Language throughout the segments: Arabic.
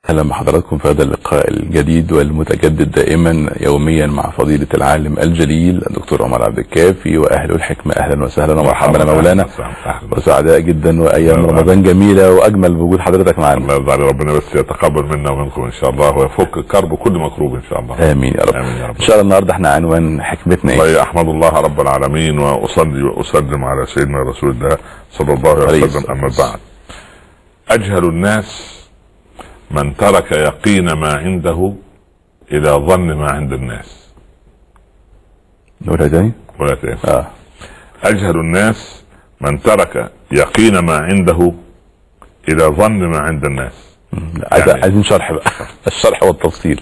اهلا بحضراتكم في هذا اللقاء الجديد والمتجدد دائما يوميا مع فضيلة العالم الجليل الدكتور عمر عبد الكافي واهل الحكمة. اهلا وسهلا ومرحبا مولانا، وسعداء جدا وايام رمضان جميلة واجمل بوجود حضرتك معنا. الله يرضى على ربنا، بس يتقبل منا ومنكم ان شاء الله ويفك كرب كل مكروب ان شاء الله. امين يا رب. ان شاء الله النهارده احنا عنوان حكمتنا ايه؟ والله احمد الله رب العالمين واصلي واسلم على سيدنا رسول الله صلى الله عليه وسلم. اما بعد، اجهل الناس من ترك يقين ما عنده الى ظن ما عند الناس. نقولها تاني؟ ولا تاني. اجهل الناس من ترك يقين ما عنده الى ظن ما عند الناس. يعني عايزين شرح بقى الشرح والتفصيل.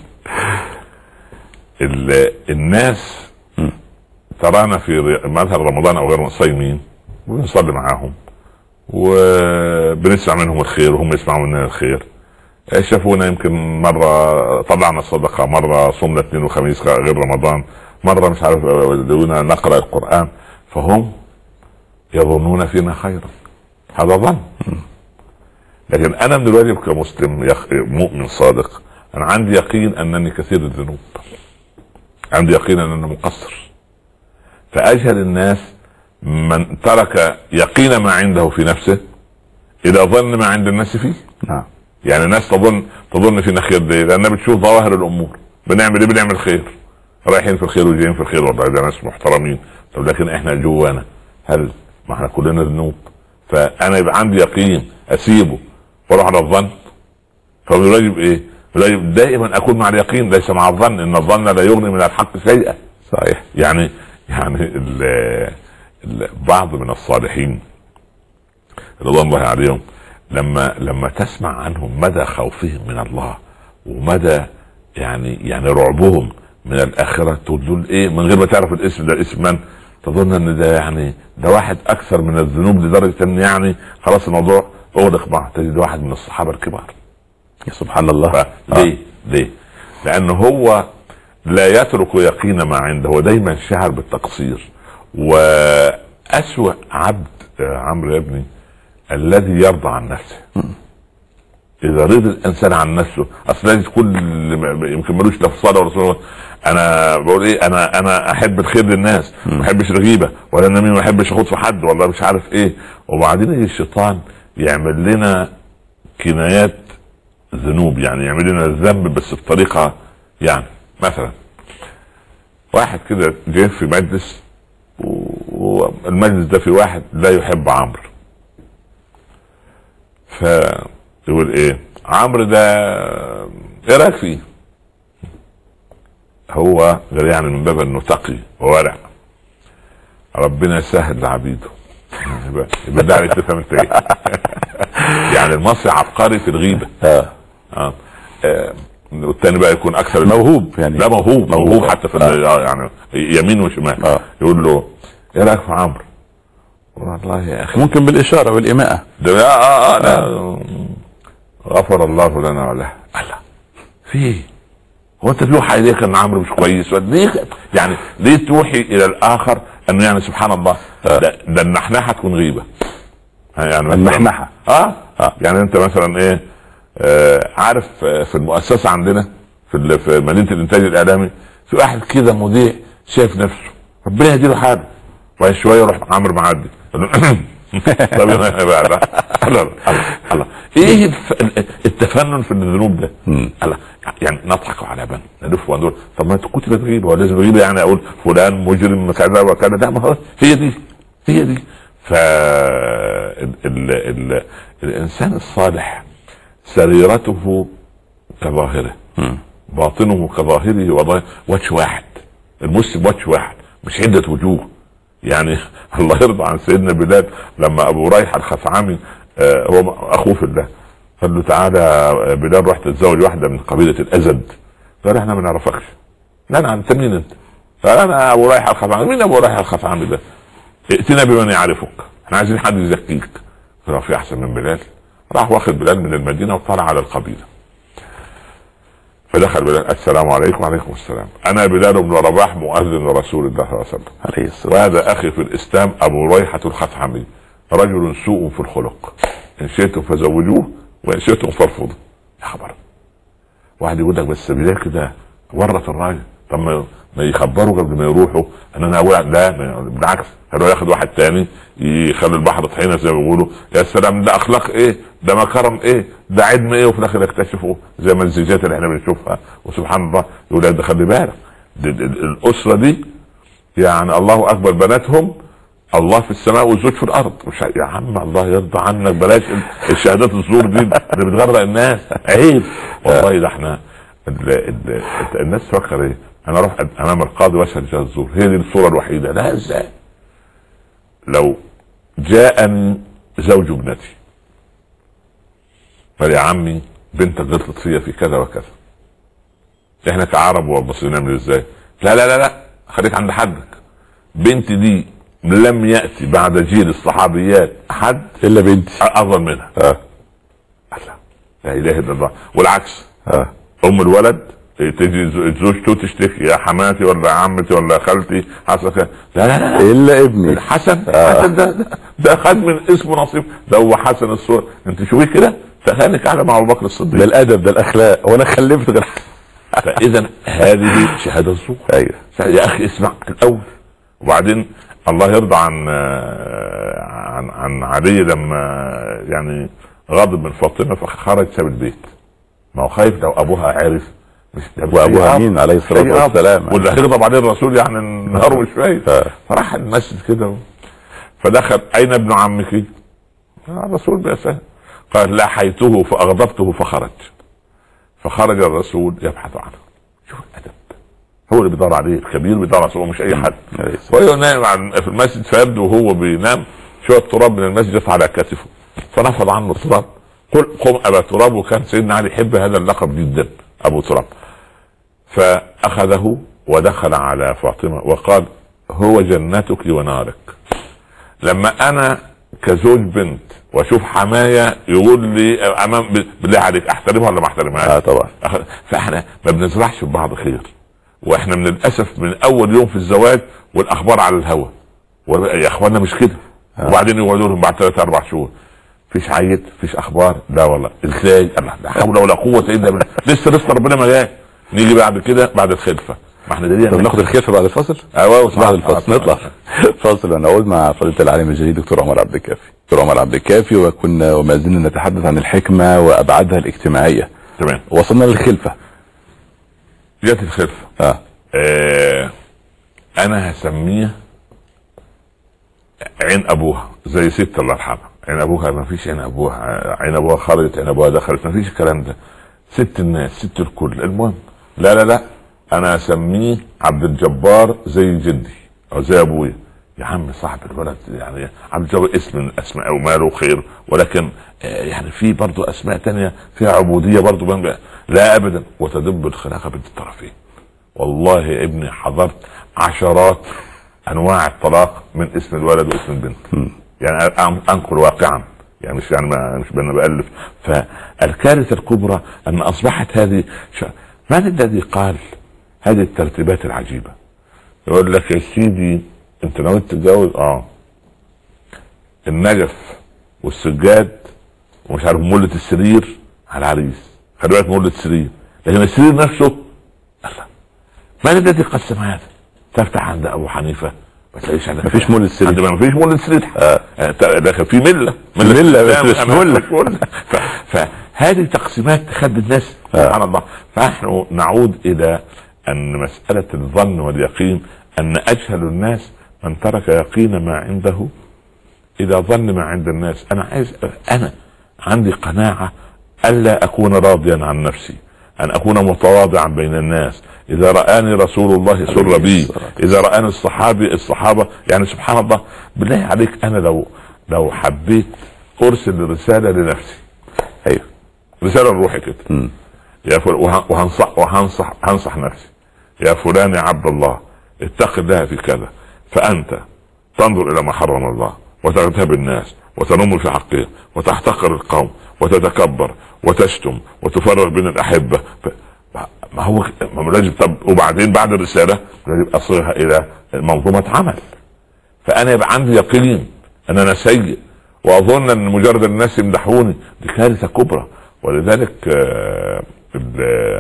الناس ترانا في مثلا رمضان او غير صايمين ونصلي معاهم وبنسمع منهم الخير وهم يسمعوا مننا الخير. شافونا يمكن مرة طلعنا الصدقة، مرة صمنا اثنين وخميس غير رمضان، مرة مش عارف دونا نقرأ القرآن، فهم يظنون فينا خيرا. هذا ظن. لكن انا من الواجب كمسلم مؤمن صادق انا عندي يقين انني كثير الذنوب، عندي يقين انني مقصر. فاجهل الناس من ترك يقين ما عنده في نفسه الى ظن ما عند الناس فيه. نعم. يعني الناس تظن فينا خير دي لانها بتشوف ظواهر الامور. بنعمل ايه؟ بنعمل خير، رايحين في الخير وجايين في الخير، والله ده ناس محترمين. طب لكن احنا جوانا هل ما احنا كلنا ذنوب؟ فانا يبقى عندي يقين اسيبه واروح على الظن. فالواجب ايه؟ الواجب دائما اكون مع اليقين ليس مع الظن، ان الظن لا يغني من الحق شيئا. صحيح. يعني بعض من الصالحين رضوان الله عليهم لما تسمع عنهم مدى خوفهم من الله ومدى يعني رعبهم من الاخره، تقول ايه من غير ما تعرف الاسم ده اسم من، تظن ان ده واحد اكثر من الذنوب لدرجه ان يعني خلاص الموضوع اغلق معه. تجد واحد من الصحابه الكبار. يا سبحان الله. ليه؟ لانه هو لا يترك يقين ما عنده، هو دايما شعر بالتقصير. واسوأ عبد عمرو يا ابني الذي يرضى عن نفسه. اذا رضي الانسان عن نفسه، اصلا كل يمكن ملوش لا في الصلاه ولا رسول. انا بقول ايه، انا احب الخير للناس، ما احبش الغيبه ولا النميمه، ما احبش اخوض في حد ولا مش عارف ايه. وبعدين يجي الشيطان يعمل لنا كنايات ذنوب، يعني يعمل لنا الذنب بس بطريقه. يعني مثلا واحد كده جاي في مجلس والمجلس ده في واحد لا يحب عمرو، فيقول ايه عمرو ده ايه رايك فيه؟ هو غير يعني من باب انه تقي وورع، ربنا يسهل لعبيده. يبقى ده عليك تفهم انت ايه. يعني المصري عبقري في الغيبه. والتاني بقى يكون اكثر موهوب، يعني لا موهوب حتى في يعني يمين وشمال. يقول له ايه رايك في عمرو؟ والله يا اخي ممكن بالاشاره والايماءه ده لا غفر الله لنا وله. الله في هو انت توحي اليك ان عمرو مش كويس؟ يعني ليه توحي الى الاخر انه يعني سبحان الله ده النحنحه تكون غيبه. يعني النحنحه يعني انت مثلا ايه عارف في المؤسسه عندنا في مدينه الانتاج الاعلامي في واحد كده مذيع شايف نفسه ربنا يهدي له حاله، وبعد شويه يروح عمرو معدي. طب الله ايه التفنن في الذنوب ده؟ الله يعني نضحك على بن نلف وندور. طب ما كتبت غيبه ولا لازم غيبه يعني اقول فلان مجرم كذا وكذا؟ ده ما هو هي دي. الانسان الصالح سريرته كظاهره، باطنه كظاهره، وجه واحد. المسلم وجه واحد مش عده وجوه. يعني الله يرضى عن سيدنا بلال لما ابو ريح الخثعمي هو اخوه في الله قال له تعالى بلال رحت تتزوج واحده من قبيله الازد. قال احنا ما نعرفكش. لا انت مين انت؟ قال انا ابو ريح الخثعمي. مين ابو ريح الخثعمي ده؟ ائتنا بمن يعرفك، احنا عايزين حد يزكيك. قال في احسن من بلال؟ راح واخد بلال من المدينه وطلع على القبيله. فدخل بلال السلام عليكم. وعليكم السلام. انا بلال بن رباح مؤذن رسول الله صلى الله عليه وسلم، وهذا اخي في الاسلام ابو ريحة الخثعمي، رجل سوء في الخلق، ان شئتم فزوجوه وان شئتم فارفضوا. يا خبر واحد يقول لك بس بدايه كده ورط الراجل، طب ما يخبروا قبل ما يروحوا ان انا اقول لا، بالعكس هيروح ياخد واحد تاني يخلي البحر طحينه زي ما بيقولوا. يا سلام، ده اخلاق ايه، ده مكرم ايه، ده علم ايه، وفي الاخر يكتشفوا زي ما الزيجات اللي احنا بنشوفها. وسبحان الله يقول لك ده خلي بالك الاسره دي يعني الله اكبر، بناتهم الله في السماء والزوج في الارض. مش يا عم الله يرضى عنك، بلاش الشهادات الزور دي اللي بتغرق الناس، عيب والله. ده احنا الناس تفكر ايه، انا اروح امام القاضي واشهد شهاده الزور، هي دي الصوره الوحيده؟ لا، ازاي؟ لو جاءني زوج ابنتي قال يا عمي بنتك غلطت فيا في كذا وكذا، احنا كعرب والمصريين نعمل ازاي؟ لا لا لا لا، خليك عند حدك، بنتي دي لم يأتي بعد جيل الصحابيات حد الا بنتي افضل منها. لا اله الا الله. والعكس، ام الولد تجي زوجته تشتكي يا حماتي ولا عمتي ولا خالتي حصل كده، لا لا لا الا ابني حسن. حسن ده خد من اسمه نصيب، ده هو حسن الصور. انت شوفي كده تخانك على مع ابو بكر الصديق، ده الادب، ده الاخلاق، وانا خلفت غير. فاذا هذه شهاده الزور. ايوه يا اخي اسمع الاول. وبعدين الله يرضى عن علي لما يعني غضب من فاطمه فخرج ساب البيت، ما هو خايف لو ابوها عرف. وابوها مين عليه الصلاه والسلام، واللي هيغضب عليه الرسول يعني النهار شويه. فراح المسجد كده فدخل، اين ابن عمك؟ الرسول بيسأل، قال لاحيته فاغضبته فخرج. فخرج الرسول يبحث عنه. شوف الادب، هو اللي بيدور عليه، الكبير بيدور عليه مش اي حد. وهو نايم في المسجد فيبدو وهو بينام شويه تراب من المسجد يطلع على كتفه، فنفض عنه التراب. قم ابا تراب. وكان سيدنا علي يحب هذا اللقب جدا، ابو تراب. فاخذه ودخل على فاطمه وقال هو جنتك ونارك. لما انا كزوج بنت واشوف حمايه يقول لي امام بالله عليك احترمها ولا ما احترمهاش؟ طبعا. فاحنا ما بنزرعش في بعض خير، واحنا من الاسف من اول يوم في الزواج والاخبار على الهوا. يا اخوانا مش كده. وبعدين يقعدوا لهم بعد 3-4 شهور فيش عيد، فيش اخبار. لا والله ازاي؟ لا حول ولا قوه الا بالله. لسه ربنا ما جاي. نيجي بعد كده بعد الخلفه، ما احنا دلوقتي ناخد الخلفه بعد الفصل. بعد الفصل نطلع فاصل ونعود مع فضيله العالم الجليل دكتور عمر عبد الكافي. دكتور عمر عبد الكافي، وكنا وما زلنا نتحدث عن الحكمه وابعادها الاجتماعيه. تمام. وصلنا للخلفه. جت الخلفه. انا هسميه عين ابوها، زي ست الله يرحمها. عين ابوها ما فيش عين ابوها، عين ابوها خرجت عين ابوها دخلت، ما فيش الكلام ده. ست الناس، ست الكل. المهم لا لا لا، انا اسميه عبد الجبار زي جدي او زي ابويا. يا عم صاحب الولد يعني عبد الجبار اسم من الاسماء وماله خير، ولكن يعني في برضو اسماء تانية فيها عبودية برضو. لا ابدا. وتدب الخلاقة بين الطرفين. والله يا ابني حضرت عشرات انواع الطلاق من اسم الولد واسم البنت. يعني انقل واقعا، يعني مش مش بألف. فالكارثة الكبرى ان اصبحت هذه من الذي قال هذه الترتيبات العجيبة؟ يقول لك يا سيدي انت نويت تتجوز، النجف والسجاد ومش عارف مولة السرير على العريس. خلي بالك مولة السرير، لكن السرير نفسه الله. من الذي قسم هذا؟ تفتح عند ابو حنيفة ما تلاقيش عندك مفيش مولة السرير. مفيش مولة السرير. لكن في ملة فهذه تقسيمات تخد الناس سبحان الله. فنحن نعود الى ان مسألة الظن واليقين، ان اجهل الناس من ترك يقين ما عنده اذا ظن ما عند الناس. انا عندي قناعة الا اكون راضيا عن نفسي، ان اكون متواضعا بين الناس. اذا رآني رسول الله سر بي، اذا رآني الصحابة يعني سبحان الله. بالله عليك انا لو حبيت ارسل رسالة لنفسي، ايوه رسالة لروحي كده، يا وهنصح نفسي، يا فلان يا عبد الله اتق الله في كذا، فانت تنظر الى ما حرم الله وتغتاب الناس وتنم في حقهم وتحتقر القوم وتتكبر وتشتم وتفرق بين الاحبه. ما هو لازم. طب وبعدين بعد الرساله لازم اصيغها الى منظومه عمل. فانا يبقى عندي يقين ان انا سيء واظن ان مجرد الناس يمدحوني، دي كارثه كبرى. ولذلك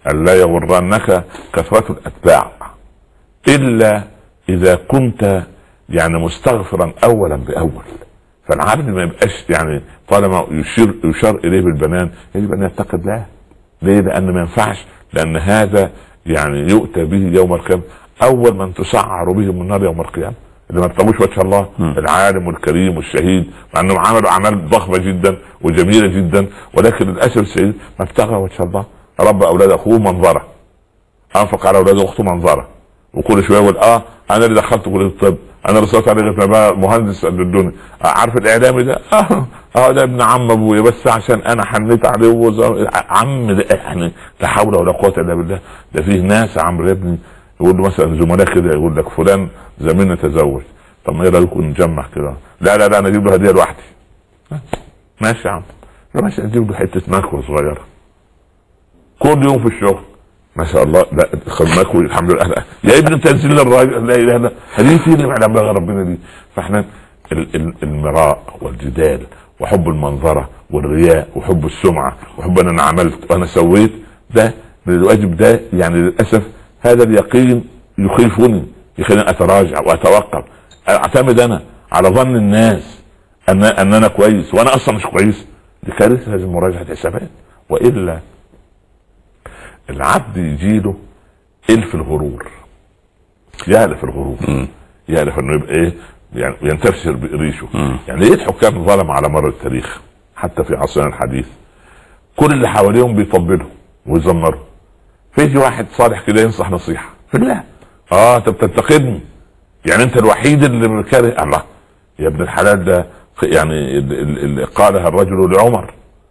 أن لا يغرنك كثرة الأتباع إلا إذا كنت يعني مستغفرا أولا بأول. فالعبد ما يبقاش يعني طالما يشار إليه بالبنان يجب أن يتقي الله. ليه؟ لأن ما ينفعش، لأن هذا يعني يؤتى به يوم القيامة أول من تسعر به من النار يوم القيامة اللي ما ابتغوش وجه الله. العالم والكريم والشهيد، مع انهم عملوا اعمال ضخمه جدا وجميله جدا، ولكن للاسف الشديد ما ابتغى وجه الله. رب اولاد اخوه منظره، انفق على اولاد اخته منظره، وكل شويه يقول انا اللي دخلت كليه الطب، انا اللي صرت عليه بقى مهندس قد الدنيا. عارف الاعلامي ده ده ابن عم ابويا بس عشان انا حنيت عليه عم ده يعني لا حول ولا قوه الا بالله. ده فيه ناس عمرو ابني يقول له مثلا زملاء كده يقول لك فلان زميلنا تزوج، طب ما ايه رايكم نجمع كده؟ لا انا اجيب له هديه لوحدي. ماشي يا عم، ماشي اجيب له حته مكوى صغيره كل يوم في الشغل ما شاء الله. لا خد مكوى الحمد لله يا ابني تنزل للراجل. لا اله الا هذه فينا معلم بقى ربنا دي. فاحنا المراء والجدال وحب المنظره والرياء وحب السمعه وحب ان انا عملت وانا سويت، ده الواجب ده يعني للاسف هذا اليقين يخيفني، يخليني اتراجع واتوقف، اعتمد انا على ظن الناس ان انا كويس وانا اصلا مش كويس. دي كارثه، لازم مراجعه حسابات. والا العبد يجيله الف الغرور، يالف الغرور، يالف انه يبقى ايه يعني ينتفسر بريشه. يعني ليه الحكام ظلم على مر التاريخ حتى في عصرنا الحديث؟ كل اللي حواليهم بيطبلوا ويزمروا، فيجي واحد صالح كده ينصح نصيحه في الله، انت بتنتقدني يعني انت الوحيد اللي كاره الله. يا ابن الحلال ده يعني اللي قالها الرجل لعمر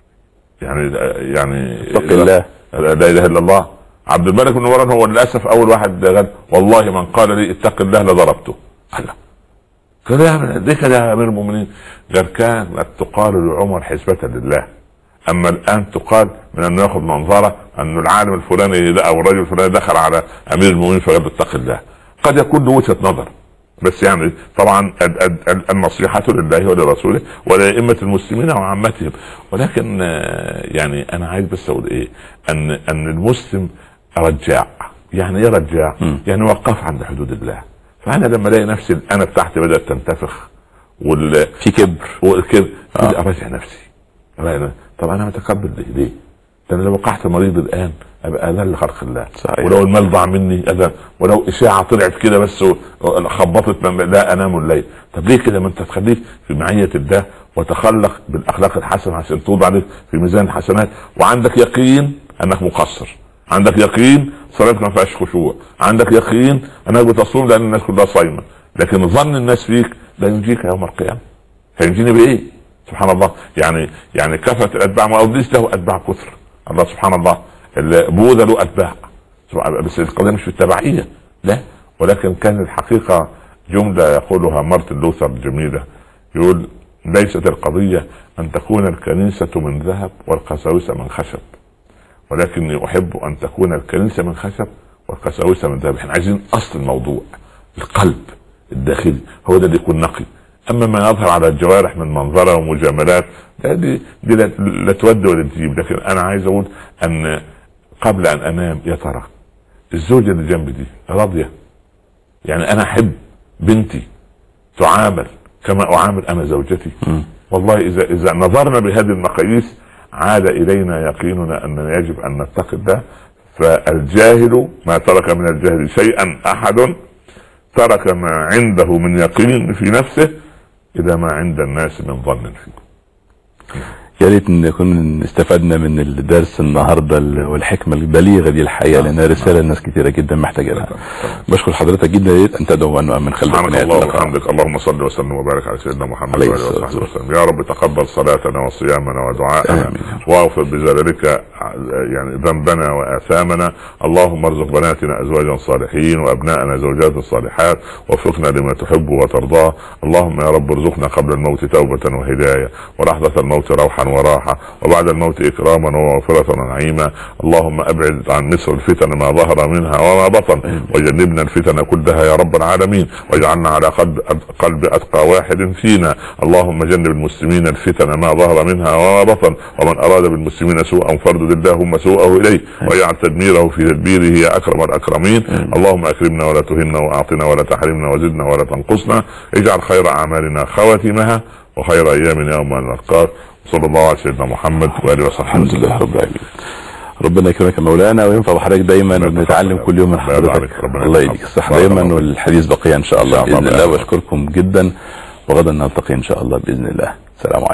يعني اتق الله لا اله الا الله. عبد الملك بن مروان هو للاسف اول واحد قال والله من قال لي اتق الله لضربته. الله كده ليه كده يا امير المؤمنين؟ قال كانت تقال لعمر حسبة لله، اما الان تقال من ان ياخذ منظره ان العالم الفلاني او الرجل الفلاني دخل على امير المؤمنين فقال اتق الله. قد يكون له وجهه نظر، بس يعني طبعا النصيحة لله ولرسوله ولأئمة المسلمين وعامتهم. ولكن يعني انا عايز بس اقول ايه، ان المسلم رجاع. يعني ايه رجاع؟ يعني وقف عند حدود الله. فانا لما الاقي نفسي انا بتاعتي بدأت تنتفخ في كبر والكبر اراجع نفسي. طب انا متقبل ليه؟ انا لو وقعت مريض الان ابقى اذل خلق الله. صحيح. ولو المال ضاع مني اذل، ولو اشاعه طلعت كده بس خبطت لا انام الليل. طب ليه كده؟ ما انت تخليك في معيه الله وتخلق بالاخلاق الحسنه عشان توضع عليك في ميزان الحسنات، وعندك يقين انك مقصر، عندك يقين صلاتك ما فيهاش خشوع، عندك يقين انك بتصوم لان الناس كلها صايمه، لكن ظن الناس فيك لا ينجيك يوم القيامه. هينجيني بايه؟ سبحان الله. يعني كثره الاتباع، ما ابليس له اتباع كثر. الله سبحان الله. بوذا له اتباع، بس القضيه مش في التبعيه لا، ولكن كان الحقيقه جمله يقولها مارتن لوثر جميله، يقول ليست القضيه ان تكون الكنيسه من ذهب والقساوسه من خشب، ولكني احب ان تكون الكنيسه من خشب والقساوسه من ذهب. احنا عايزين اصل الموضوع القلب الداخلي هو ده اللي يكون نقي. اما ما يظهر على الجوارح من منظره ومجاملات دي لا تود ولا تجيب. لكن انا عايز اقول ان قبل ان انام يا ترى الزوجه اللي جنبي دي راضيه؟ يعني انا احب بنتي تعامل كما اعامل انا زوجتي. والله اذا نظرنا بهذه المقاييس عاد الينا يقيننا اننا يجب ان نتقي الله. فالجاهل ما ترك من الجهل شيئا احد ترك ما عنده من يقين في نفسه اذا ما عند الناس من ظن فيه. يا ريت نكون استفدنا من الدرس النهارده والحكمه البليغه دي الحقيقه، لانها رساله لناس كثيره جدا محتاجه لها. بشكر حضرتك جدا، يا ريت ان تدعو ان من خلفك. سبحانك اللهم وبحمدك، اللهم صل وسلم وبارك على سيدنا محمد وعلى اله وصحبه وسلم. يا رب تقبل صلاتنا وصيامنا ودعاءنا، واغفر بجلالك يعني ذنبنا واثامنا. اللهم ارزق بناتنا ازواجا صالحين وابنائنا زوجات صالحات، وفقنا لما تحب وترضاه. اللهم يا رب ارزقنا قبل الموت توبه وهدايه، ولحظه الموت روحه رفاهة وراحة، وبعد الموت إكراما ومغفرة ونعيما. اللهم أبعد عن مصر الفتن ما ظهر منها وما بطن، وجنبنا الفتن كلها يا رب العالمين، واجعلنا على قلب أتقى واحد فينا. اللهم جنب المسلمين الفتن ما ظهر منها وما بطن، ومن أراد بالمسلمين سوءا فاردد اللهم سوءه إليه، واجعل تدميره في تدبيره يا أكرم الأكرمين. اللهم أكرمنا ولا تهنا، وأعطنا ولا تحرمنا، وزدنا ولا تنقصنا. اجعل خير أعمالنا خواتمها، وخير أيامنا يوم نلقاك. صلى الله على سيدنا محمد وآله وصحبه. الحمد لله رب العالمين. ربنا يكرمك يا مولانا وينفع بحضرتك دايما، ونتعلم كل يوم من حضرتك. الله يديك الصحة دايما، والحديث بقية ان شاء الله باذن الله. واشكركم جدا، وغدا نلتقي ان شاء الله باذن الله. السلام عليكم.